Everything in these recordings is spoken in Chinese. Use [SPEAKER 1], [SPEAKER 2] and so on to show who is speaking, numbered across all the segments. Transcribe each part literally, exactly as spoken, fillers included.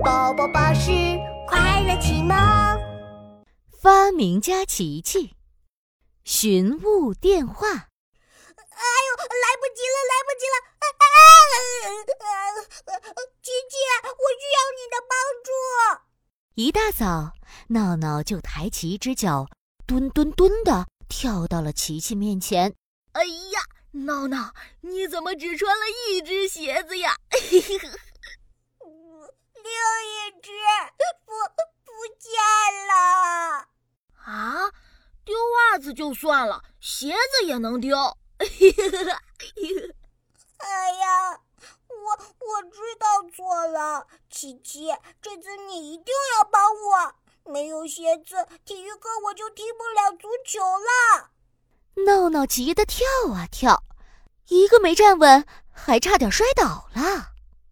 [SPEAKER 1] 宝宝巴士快乐启蒙。
[SPEAKER 2] 发明家琪琪，寻物电话。
[SPEAKER 1] 哎呦，来不及了，来不及了！哎哎，琪琪，我需要你的帮助。
[SPEAKER 2] 一大早，闹闹就抬起一只脚，蹲蹲蹲的跳到了琪琪面前。
[SPEAKER 3] 哎呀，闹闹，你怎么只穿了一只鞋子呀？
[SPEAKER 1] 另一只不不见了。
[SPEAKER 3] 啊，丢袜子就算了，鞋子也能丢。
[SPEAKER 1] 哎呀，我我知道错了，琪琪，这次你一定要帮我。没有鞋子，体育课我就踢不了足球了。
[SPEAKER 2] 闹闹急得跳啊跳，一个没站稳，还差点摔倒了。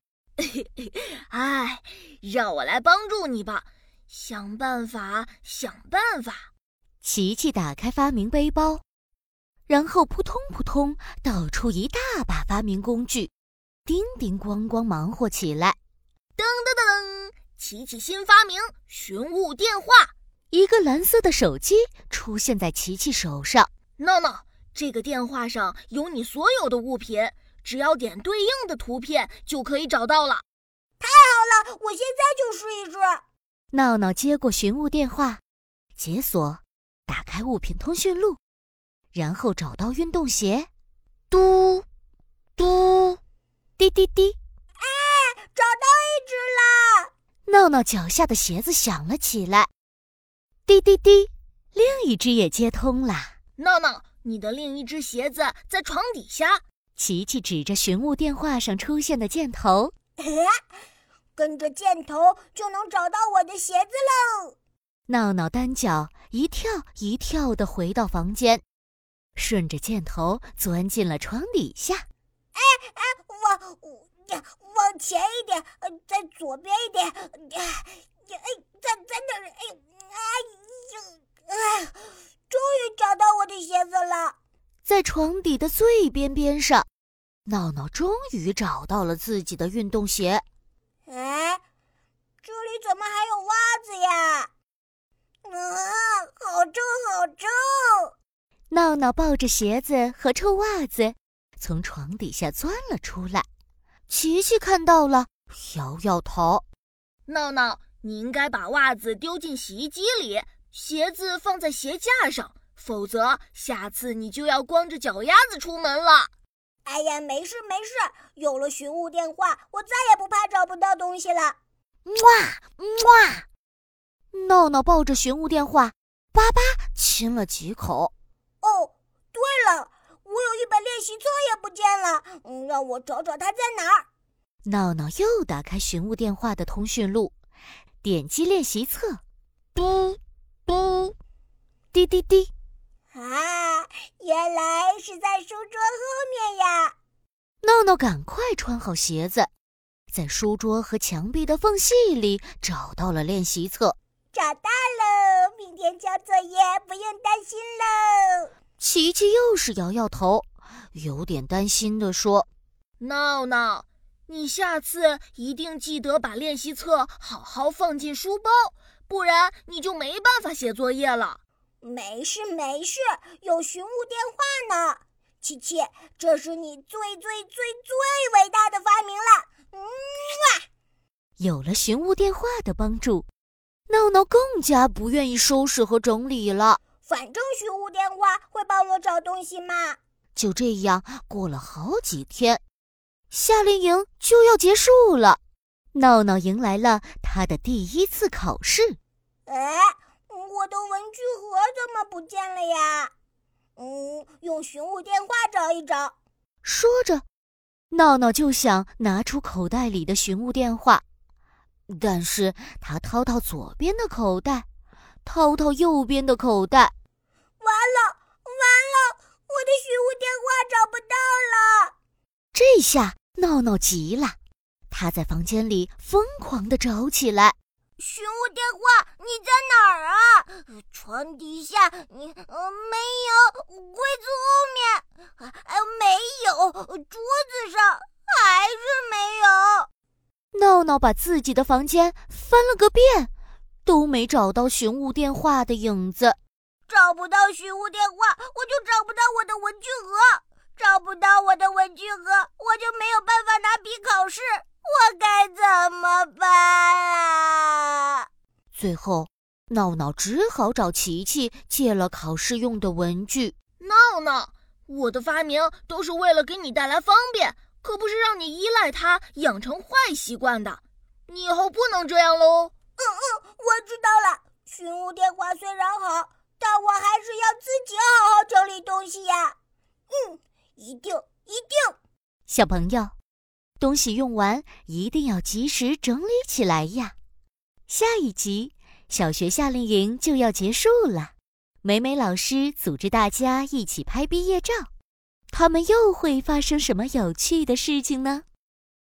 [SPEAKER 3] 哎，让我来帮助你吧，想办法，想办法。
[SPEAKER 2] 琪琪打开发明背包，然后扑通扑通倒出一大把发明工具，叮叮咣咣忙活起来。
[SPEAKER 3] 噔噔噔噔，琪琪新发明寻物电话。
[SPEAKER 2] 一个蓝色的手机出现在琪琪手上。
[SPEAKER 3] 闹闹，这个电话上有你所有的物品，只要点对应的图片就可以找到了。
[SPEAKER 1] 太好了，我现在就试一试。
[SPEAKER 2] 闹闹接过寻物电话，解锁，打开物品通讯录，然后找到运动鞋。嘟嘟，滴滴滴，
[SPEAKER 1] 哎，找到一只了！
[SPEAKER 2] 闹闹脚下的鞋子响了起来。滴滴滴，另一只也接通了。
[SPEAKER 3] 闹闹，你的另一只鞋子在床底下。
[SPEAKER 2] 琪琪指着寻物电话上出现的箭头，
[SPEAKER 1] 跟着箭头就能找到我的鞋子喽。
[SPEAKER 2] 闹闹单脚一跳一跳地回到房间，顺着箭头钻进了床底下。
[SPEAKER 1] 哎哎，往往前一点，再左边一点，哎，在在哪儿？哎哎呀，哎，终于找到我的鞋子了。
[SPEAKER 2] 在床底的最边边上，闹闹终于找到了自己的运动鞋。
[SPEAKER 1] 哎，这里怎么还有袜子呀？啊，好重好重！
[SPEAKER 2] 闹闹抱着鞋子和臭袜子从床底下钻了出来。琪琪看到了，摇摇头。
[SPEAKER 3] 闹闹，你应该把袜子丢进洗衣机里，鞋子放在鞋架上，否则下次你就要光着脚丫子出门了。
[SPEAKER 1] 哎呀，没事没事，有了寻物电话，我再也不怕找不到东西了。
[SPEAKER 2] 哇哇！闹闹抱着寻物电话，叭叭亲了几口。
[SPEAKER 1] 哦，对了，我有一本练习册也不见了，嗯，让我找找它在哪儿。
[SPEAKER 2] 闹闹又打开寻物电话的通讯录，点击练习册，嘟嘟，滴滴滴。
[SPEAKER 1] 啊，原来是在书桌后面呀！
[SPEAKER 2] 闹闹赶快穿好鞋子，在书桌和墙壁的缝隙里找到了练习册。
[SPEAKER 1] 找到了，明天交作业不用担心喽。
[SPEAKER 2] 琪琪又是摇摇头，有点担心地说：
[SPEAKER 3] 闹闹，你下次一定记得把练习册好好放进书包，不然你就没办法写作业了。
[SPEAKER 1] 没事没事，有寻物电话呢。琪琪，这是你最最最最伟大的发明了。嗯啊，
[SPEAKER 2] 有了寻物电话的帮助，闹闹更加不愿意收拾和整理了。
[SPEAKER 1] 反正寻物电话会帮我找东西嘛。
[SPEAKER 2] 就这样过了好几天，夏令营就要结束了。闹闹迎来了他的第一次考试。
[SPEAKER 1] 哎，我的文具盒怎么不见了呀？嗯，用寻物电话找一找。
[SPEAKER 2] 说着，闹闹就想拿出口袋里的寻物电话，但是他掏掏左边的口袋，掏掏右边的口袋。
[SPEAKER 1] 完了，完了，我的寻物电话找不到了。
[SPEAKER 2] 这下闹闹急了，他在房间里疯狂地找起来。
[SPEAKER 1] 寻物电话，你在哪儿啊？床底下，你呃没有，柜子后面，呃没有，桌子上还是没有。
[SPEAKER 2] 闹闹把自己的房间翻了个遍，都没找到寻物电话的影子。
[SPEAKER 1] 找不到寻物电话，我就找不到我的文具盒；找不到我的文具盒，我就没有办法拿笔考试。我该怎么办啊？
[SPEAKER 2] 最后，闹闹只好找琪琪借了考试用的文具。
[SPEAKER 3] 闹闹，我的发明都是为了给你带来方便，可不是让你依赖它养成坏习惯的。你以后不能这样喽。
[SPEAKER 1] 嗯嗯，我知道了。寻物电话虽然好，但我还是要自己好好整理东西呀。嗯，一定一定。
[SPEAKER 2] 小朋友，东西用完一定要及时整理起来呀。下一集，小学夏令营就要结束了。美美老师组织大家一起拍毕业照，他们又会发生什么有趣的事情呢？